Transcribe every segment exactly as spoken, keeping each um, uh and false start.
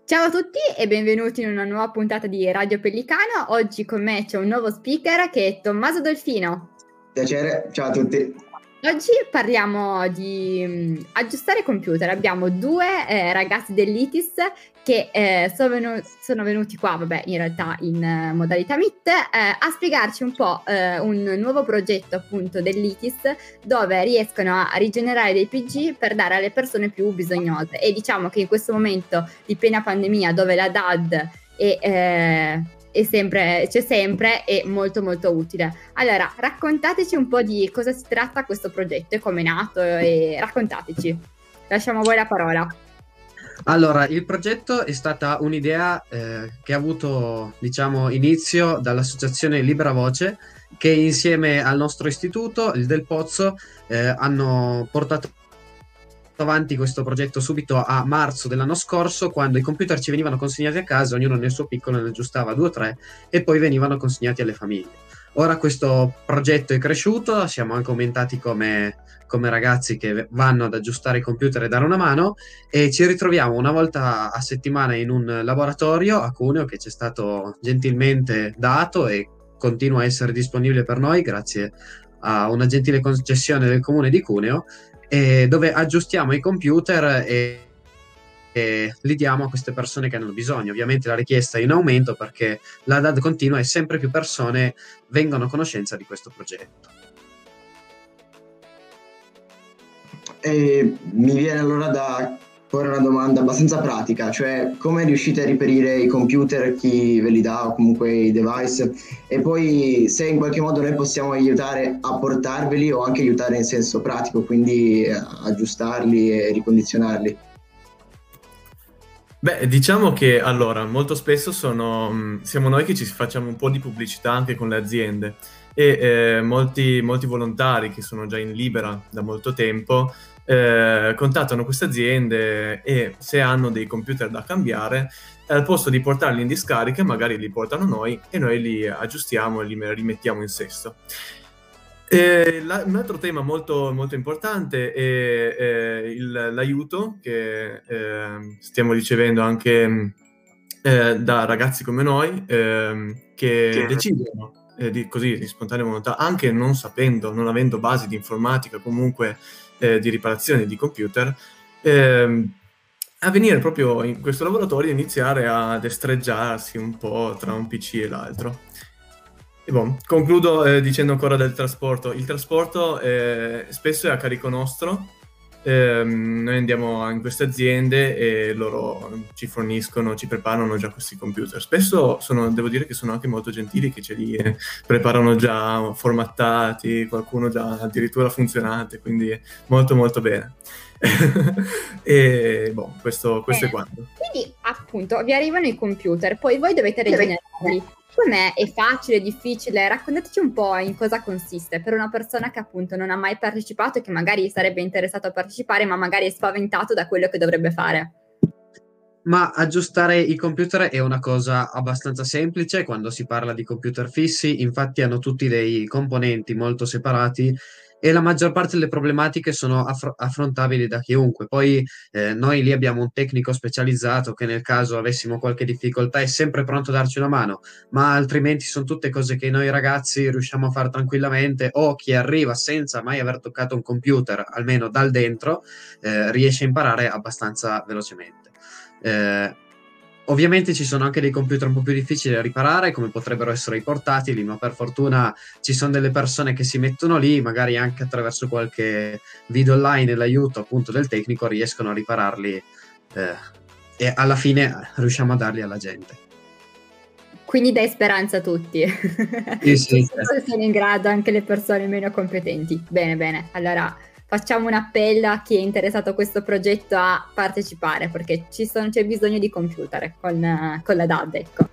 Ciao a tutti e benvenuti in una nuova puntata di Radio Pellicano. Oggi con me c'è un nuovo speaker che è Tommaso Dolfino. Piacere, ciao a tutti. Oggi parliamo di mh, aggiustare computer. Abbiamo due eh, ragazzi dell'I T I S che eh, sono, venu- sono venuti qua, vabbè, in realtà in eh, modalità Meet, eh, a spiegarci un po' eh, un nuovo progetto appunto dell'I T I S dove riescono a rigenerare dei P G per dare alle persone più bisognose. E diciamo che in questo momento di piena pandemia, dove la D A D è... Eh, è sempre, c'è sempre, è molto molto utile. Allora, raccontateci un po' di cosa si tratta questo progetto e come è nato, e raccontateci. Lasciamo a voi la parola. Allora, il progetto è stata un'idea eh, che ha avuto, diciamo, inizio dall'associazione Libera Voce, che insieme al nostro istituto, il Del Pozzo, eh, hanno portato avanti questo progetto subito a marzo dell'anno scorso, quando i computer ci venivano consegnati a casa, ognuno nel suo piccolo ne aggiustava due o tre e poi venivano consegnati alle famiglie. Ora questo progetto è cresciuto, siamo anche aumentati come, come ragazzi che vanno ad aggiustare i computer e dare una mano, e ci ritroviamo una volta a settimana in un laboratorio a Cuneo che ci è stato gentilmente dato e continua a essere disponibile per noi grazie a una gentile concessione del comune di Cuneo, eh, dove aggiustiamo i computer e, e li diamo a queste persone che hanno bisogno. Ovviamente la richiesta è in aumento perché la D A D continua e sempre più persone vengono a conoscenza di questo progetto. E mi viene allora da porre una domanda abbastanza pratica, cioè come riuscite a reperire i computer, chi ve li dà o comunque i device, e poi se in qualche modo noi possiamo aiutare a portarveli o anche aiutare in senso pratico, quindi aggiustarli e ricondizionarli. Beh, diciamo che allora molto spesso sono, siamo noi che ci facciamo un po' di pubblicità anche con le aziende e eh, molti, molti volontari che sono già in libera da molto tempo eh, contattano queste aziende e se hanno dei computer da cambiare, al posto di portarli in discarica magari li portano noi e noi li aggiustiamo e li rimettiamo in sesto. Eh, la, un altro tema molto, molto importante è, è il, l'aiuto che eh, stiamo ricevendo anche eh, da ragazzi come noi eh, che, che decidono eh, di, così di spontanea volontà, anche non sapendo, non avendo basi di informatica, comunque eh, di riparazione di computer, eh, a venire proprio in questo laboratorio e iniziare a destreggiarsi un po' tra un P C e l'altro. E bon, concludo eh, dicendo ancora del trasporto. Il trasporto eh, spesso è a carico nostro, eh, noi andiamo in queste aziende e loro ci forniscono, ci preparano già questi computer. Spesso sono, devo dire che sono anche molto gentili, che ce li eh, preparano già formattati, qualcuno già addirittura funzionante, quindi molto molto bene. E boh, questo, questo è quanto. Quindi appunto vi arrivano i computer, poi voi dovete rigenerarli. Com'è? È facile, difficile? Raccontateci un po' in cosa consiste per una persona che appunto non ha mai partecipato e che magari sarebbe interessato a partecipare ma magari è spaventato da quello che dovrebbe fare. Ma aggiustare i computer è una cosa abbastanza semplice quando si parla di computer fissi, infatti hanno tutti dei componenti molto separati e la maggior parte delle problematiche sono affr- affrontabili da chiunque. Poi eh, noi lì abbiamo un tecnico specializzato che nel caso avessimo qualche difficoltà è sempre pronto a darci una mano, ma altrimenti sono tutte cose che noi ragazzi riusciamo a fare tranquillamente, o chi arriva senza mai aver toccato un computer, almeno dal dentro, eh, riesce a imparare abbastanza velocemente. Eh, ovviamente ci sono anche dei computer un po' più difficili da riparare, come potrebbero essere i portatili, ma per fortuna ci sono delle persone che si mettono lì, magari anche attraverso qualche video online e l'aiuto appunto del tecnico riescono a ripararli eh, e alla fine riusciamo a darli alla gente. Quindi dai speranza a tutti. Sì, sì. Sono in grado anche le persone meno competenti. Bene, bene. Allora facciamo un appello a chi è interessato a questo progetto a partecipare, perché ci sono, c'è bisogno di computer con, con la D A D, ecco.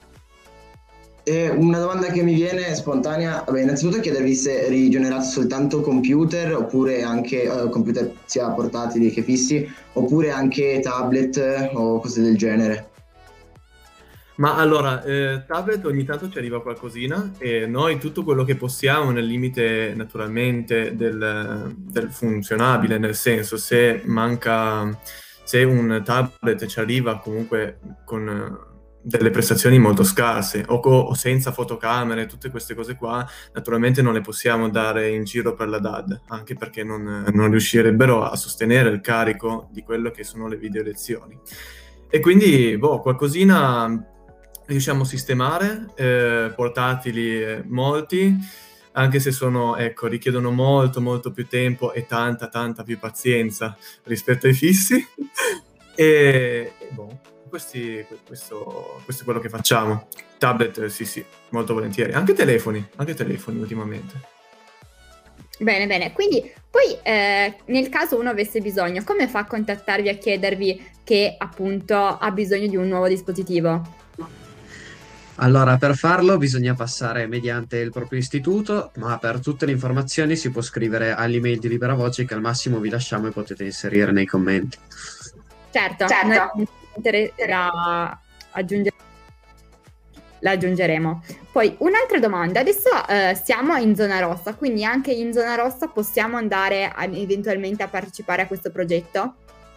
E una domanda che mi viene spontanea, vabbè, innanzitutto chiedervi se rigenerate soltanto computer oppure anche uh, computer sia portatili che fissi, oppure anche tablet o cose del genere. Ma allora, eh, tablet ogni tanto ci arriva qualcosina e noi tutto quello che possiamo nel limite naturalmente del, del funzionabile, nel senso se manca se un tablet ci arriva comunque con eh, delle prestazioni molto scarse o, co- o senza fotocamere, tutte queste cose qua, naturalmente non le possiamo dare in giro per la D A D, anche perché non, non riuscirebbero a sostenere il carico di quello che sono le video lezioni. E quindi, boh, qualcosina riusciamo a sistemare, eh, portatili eh, molti, anche se sono, ecco, richiedono molto molto più tempo e tanta tanta più pazienza rispetto ai fissi. e, e boh, questi, questo, questo è quello che facciamo. Tablet, sì sì, molto volentieri. Anche telefoni, anche telefoni ultimamente. Bene, bene. Quindi poi eh, nel caso uno avesse bisogno, come fa a contattarvi, a chiedervi che appunto ha bisogno di un nuovo dispositivo? Allora, per farlo bisogna passare mediante il proprio istituto, ma per tutte le informazioni si può scrivere all'email di Libera Voce che al massimo vi lasciamo e potete inserire nei commenti. Certo, Certo. noi inter- la, aggiunge- la aggiungeremo. Poi un'altra domanda, adesso eh, siamo in zona rossa, quindi anche in zona rossa possiamo andare a- eventualmente a partecipare a questo progetto?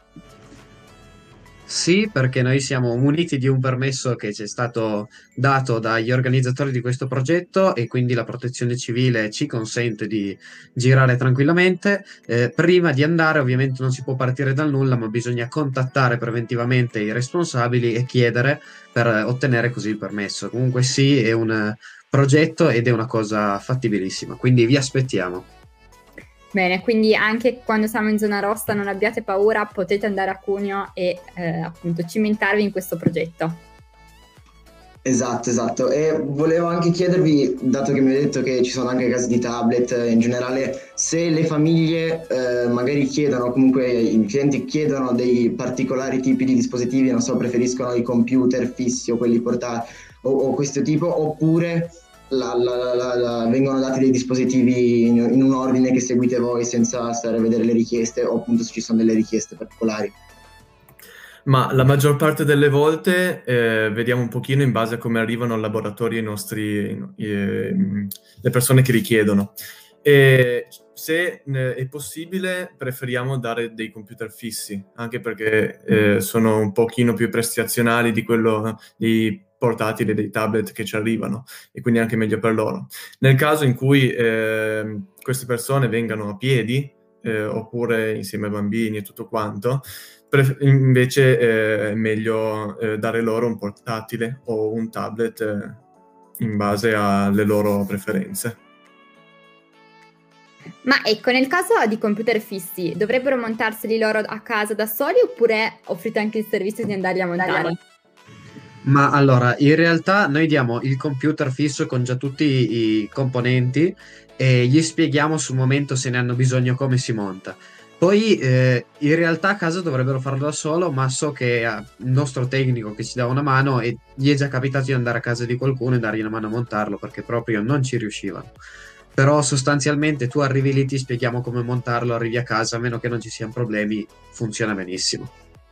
Sì, perché noi siamo muniti di un permesso che ci è stato dato dagli organizzatori di questo progetto e quindi la protezione civile ci consente di girare tranquillamente. Eh, prima di andare ovviamente non si può partire dal nulla, ma bisogna contattare preventivamente i responsabili e chiedere per ottenere così il permesso. Comunque sì, è un progetto ed è una cosa fattibilissima, quindi vi aspettiamo. Bene, quindi anche quando siamo in zona rossa non abbiate paura, potete andare a Cuneo e eh, appunto cimentarvi in questo progetto. Esatto, esatto. E volevo anche chiedervi, dato che mi avete detto che ci sono anche casi di tablet eh, in generale, se le famiglie eh, magari chiedono, comunque i clienti chiedono dei particolari tipi di dispositivi, non so, preferiscono i computer fissi o quelli portatili o, o questo tipo, oppure la, la, la, la, vengono dati dei dispositivi in, in un ordine che seguite voi senza stare a vedere le richieste, o appunto se ci sono delle richieste particolari. Ma la maggior parte delle volte eh, vediamo un pochino in base a come arrivano al laboratorio i nostri, eh, le persone che richiedono. E se eh, è possibile preferiamo dare dei computer fissi, anche perché eh, sono un pochino più prestazionali di quello dei portatili, dei tablet che ci arrivano, e quindi è anche meglio per loro. Nel caso in cui eh, queste persone vengano a piedi, eh, oppure insieme ai bambini e tutto quanto, Pref- invece eh, è meglio eh, dare loro un portatile o un tablet eh, in base alle loro preferenze. Ma ecco, nel caso di computer fissi, dovrebbero montarseli loro a casa da soli oppure offrite anche il servizio di andarli a montare? Ma allora, in realtà noi diamo il computer fisso con già tutti i componenti e gli spieghiamo sul momento se ne hanno bisogno come si monta. Poi eh, in realtà a casa dovrebbero farlo da solo, ma so che eh, il nostro tecnico che ci dà una mano e gli è già capitato di andare a casa di qualcuno e dargli una mano a montarlo perché proprio non ci riuscivano. Però sostanzialmente tu arrivi lì, ti spieghiamo come montarlo, arrivi a casa, a meno che non ci siano problemi, funziona benissimo.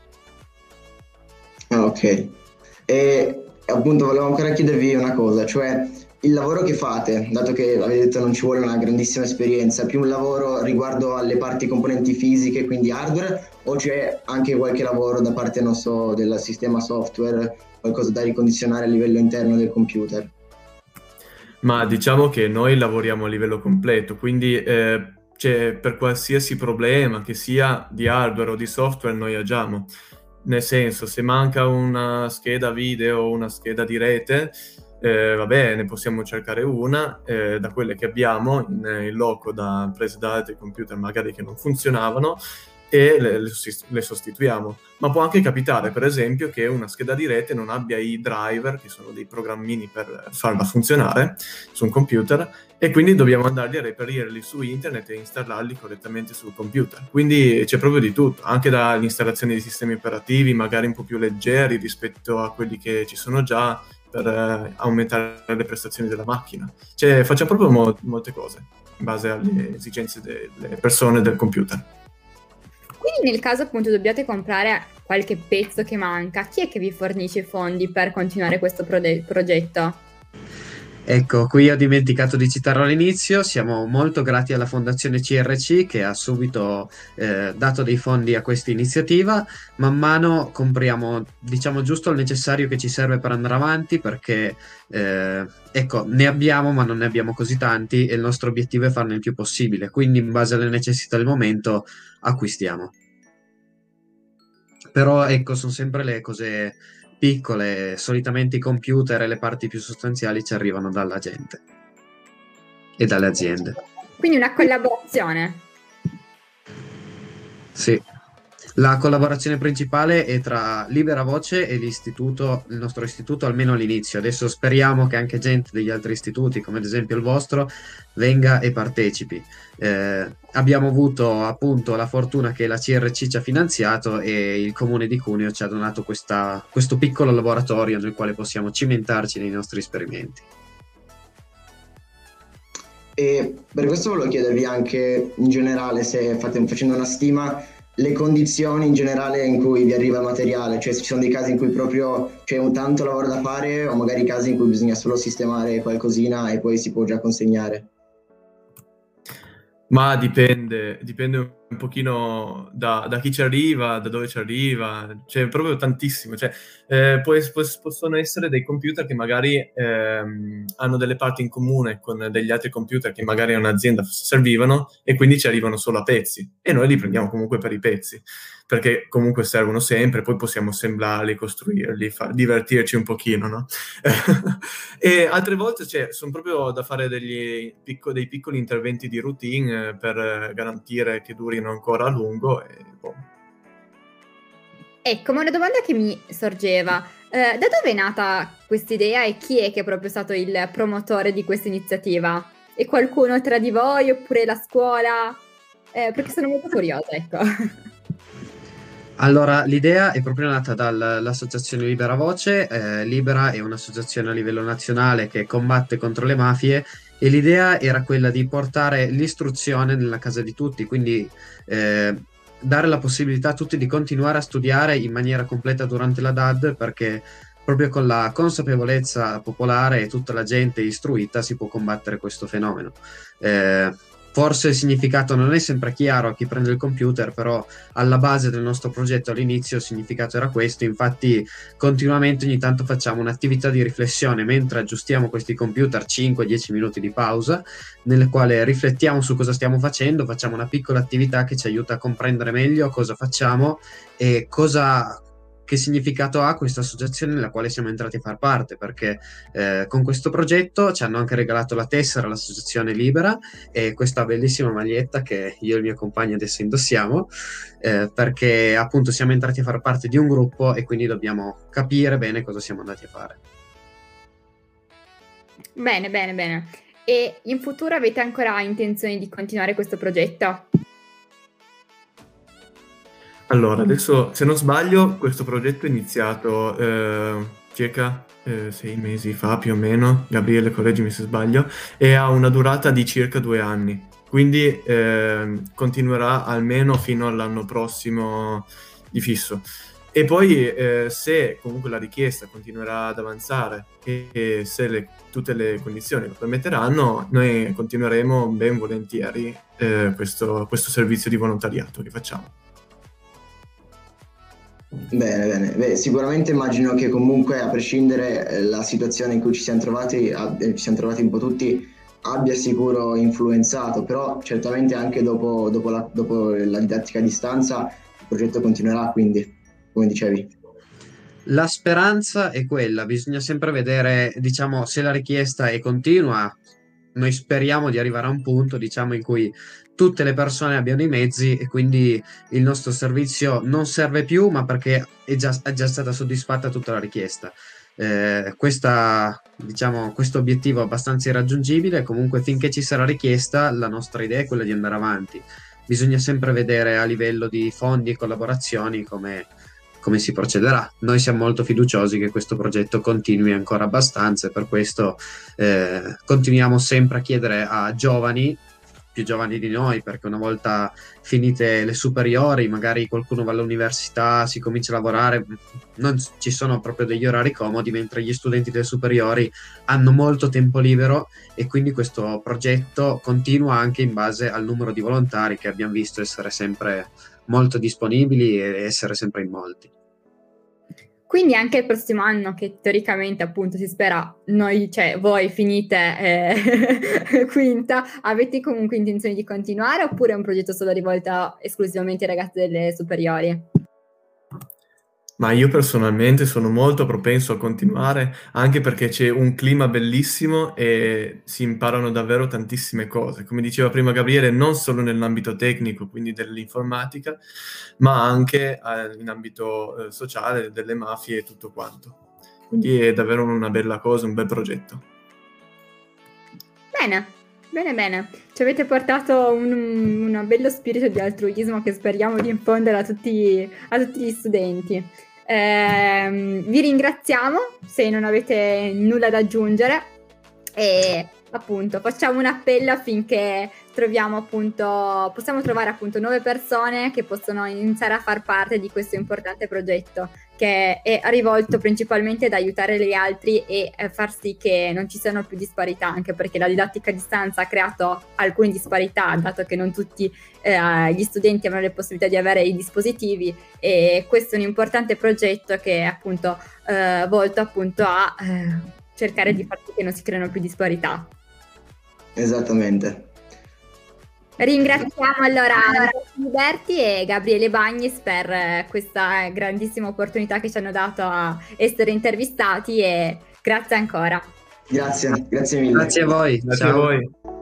Ah, ok. E appunto volevo ancora chiedervi una cosa, cioè il lavoro che fate, dato che avete detto non ci vuole una grandissima esperienza, è più un lavoro riguardo alle parti componenti fisiche, quindi hardware, o c'è anche qualche lavoro da parte, non so, del sistema software, qualcosa da ricondizionare a livello interno del computer? Ma diciamo che noi lavoriamo a livello completo, quindi eh, c'è, per qualsiasi problema, che sia di hardware o di software, noi agiamo. Nel senso, se manca una scheda video o una scheda di rete, eh, va bene, possiamo cercare una eh, da quelle che abbiamo in, in loco, da, prese da altri computer magari che non funzionavano, e le, le, le sostituiamo. Ma può anche capitare, per esempio, che una scheda di rete non abbia i driver, che sono dei programmini per farla funzionare su un computer, e quindi dobbiamo andarli a reperirli su internet e installarli correttamente sul computer. Quindi c'è proprio di tutto, anche dall'installazione di sistemi operativi magari un po' più leggeri rispetto a quelli che ci sono già, per eh, aumentare le prestazioni della macchina. Cioè facciamo proprio mo- molte cose in base alle esigenze delle persone del computer. Quindi nel caso appunto dobbiate comprare qualche pezzo che manca, chi è che vi fornisce i fondi per continuare questo prode- progetto? Ecco, qui ho dimenticato di citarlo all'inizio, siamo molto grati alla Fondazione C R C che ha subito eh, dato dei fondi a questa iniziativa. Man mano compriamo, diciamo, giusto il necessario che ci serve per andare avanti, perché eh, ecco, ne abbiamo ma non ne abbiamo così tanti e il nostro obiettivo è farne il più possibile, quindi in base alle necessità del momento acquistiamo. Però ecco, sono sempre le cose piccole, solitamente i computer e le parti più sostanziali ci arrivano dalla gente e dalle aziende. Quindi una collaborazione. Sì, la collaborazione principale è tra Libera Voce e l'istituto, il nostro istituto, almeno all'inizio. Adesso speriamo che anche gente degli altri istituti, come ad esempio il vostro, venga e partecipi. Eh, abbiamo avuto appunto la fortuna che la C R C ci ha finanziato e il comune di Cuneo ci ha donato questa, questo piccolo laboratorio nel quale possiamo cimentarci nei nostri esperimenti. E per questo volevo chiedervi anche in generale, se fate, facendo una stima, le condizioni in generale in cui vi arriva il materiale, cioè se ci sono dei casi in cui proprio c'è un tanto lavoro da fare o magari casi in cui bisogna solo sistemare qualcosina e poi si può già consegnare. Ma dipende, dipende un pochino da, da chi ci arriva, da dove ci arriva, cioè proprio tantissimo. Cioè, eh, può, può, possono essere dei computer che magari ehm, hanno delle parti in comune con degli altri computer che magari a un'azienda servivano e quindi ci arrivano solo a pezzi e noi li prendiamo comunque per i pezzi, perché comunque servono sempre, poi possiamo assemblarli, costruirli, far, divertirci un pochino, no? E altre volte cioè, sono proprio da fare degli picco, dei piccoli interventi di routine eh, per garantire che durino ancora a lungo. E, boh. Ecco, ma una domanda che mi sorgeva, eh, da dove è nata questa idea e chi è che è proprio stato il promotore di questa iniziativa? È qualcuno tra di voi oppure la scuola? Eh, perché sono molto curiosa, ecco. Allora, l'idea è proprio nata dall'associazione Libera Voce. eh, Libera è un'associazione a livello nazionale che combatte contro le mafie e l'idea era quella di portare l'istruzione nella casa di tutti, quindi eh, dare la possibilità a tutti di continuare a studiare in maniera completa durante la D A D, perché proprio con la consapevolezza popolare e tutta la gente istruita si può combattere questo fenomeno. Eh, Forse il significato non è sempre chiaro a chi prende il computer, però alla base del nostro progetto all'inizio il significato era questo. Infatti continuamente ogni tanto facciamo un'attività di riflessione mentre aggiustiamo questi computer, cinque dieci minuti di pausa, nelle quali riflettiamo su cosa stiamo facendo, facciamo una piccola attività che ci aiuta a comprendere meglio cosa facciamo e cosa... che significato ha questa associazione nella quale siamo entrati a far parte, perché eh, con questo progetto ci hanno anche regalato la tessera all'associazione Libera e questa bellissima maglietta che io e il mio compagno adesso indossiamo, eh, perché appunto siamo entrati a far parte di un gruppo e quindi dobbiamo capire bene cosa siamo andati a fare. Bene, bene, bene. E in futuro avete ancora intenzione di continuare questo progetto? Allora, adesso, se non sbaglio, questo progetto è iniziato eh, circa eh, sei mesi fa, più o meno, Gabriele, correggimi se sbaglio, e ha una durata di circa due anni, quindi eh, continuerà almeno fino all'anno prossimo di fisso. E poi eh, se comunque la richiesta continuerà ad avanzare e, e se le, tutte le condizioni lo permetteranno, noi continueremo ben volentieri eh, questo, questo servizio di volontariato che facciamo. Bene, bene. Beh, sicuramente immagino che comunque, a prescindere eh, la situazione in cui ci siamo trovati, ab- ci siamo trovati un po' tutti, abbia sicuro influenzato, però certamente anche dopo, dopo, la, dopo la didattica a distanza il progetto continuerà, quindi, come dicevi. La speranza è quella, bisogna sempre vedere, diciamo, se la richiesta è continua. Noi speriamo di arrivare a un punto, diciamo, in cui tutte le persone abbiano i mezzi e quindi il nostro servizio non serve più, ma perché è già, è già stata soddisfatta tutta la richiesta. Eh, questa, diciamo, questo obiettivo è abbastanza irraggiungibile. Comunque, finché ci sarà richiesta, la nostra idea è quella di andare avanti. Bisogna sempre vedere a livello di fondi e collaborazioni come come si procederà. Noi siamo molto fiduciosi che questo progetto continui ancora abbastanza e per questo eh, continuiamo sempre a chiedere a giovani più giovani di noi, perché una volta finite le superiori, magari qualcuno va all'università, si comincia a lavorare, non ci sono proprio degli orari comodi, mentre gli studenti delle superiori hanno molto tempo libero, e quindi questo progetto continua anche in base al numero di volontari, che abbiamo visto essere sempre molto disponibili e essere sempre in molti. Quindi anche il prossimo anno, che teoricamente appunto si spera noi, cioè voi finite eh, quinta, avete comunque intenzione di continuare, oppure è un progetto solo rivolto esclusivamente ai ragazzi delle superiori? Ma io personalmente sono molto propenso a continuare, anche perché c'è un clima bellissimo e si imparano davvero tantissime cose. Come diceva prima Gabriele, non solo nell'ambito tecnico, quindi dell'informatica, ma anche eh, in ambito eh, sociale, delle mafie e tutto quanto. Quindi è davvero una bella cosa, un bel progetto. Bene, bene, bene. Ci avete portato un, un bello spirito di altruismo che speriamo di infondere a tutti, a tutti gli studenti. Eh, vi ringraziamo, se non avete nulla da aggiungere, e appunto facciamo un appello affinché troviamo appunto possiamo trovare appunto nuove persone che possono iniziare a far parte di questo importante progetto, che è rivolto principalmente ad aiutare gli altri e eh, far sì che non ci siano più disparità, anche perché la didattica a distanza ha creato alcune disparità, dato che non tutti eh, gli studenti hanno le possibilità di avere i dispositivi, e questo è un importante progetto che è appunto eh, volto appunto a eh, cercare di far sì che non si creino più disparità. Esattamente. Ringraziamo allora Berti e Gabriele Bagnis per eh, questa grandissima opportunità che ci hanno dato a essere intervistati, e grazie ancora. Grazie, grazie mille. Grazie a voi. Grazie Ciao. a voi.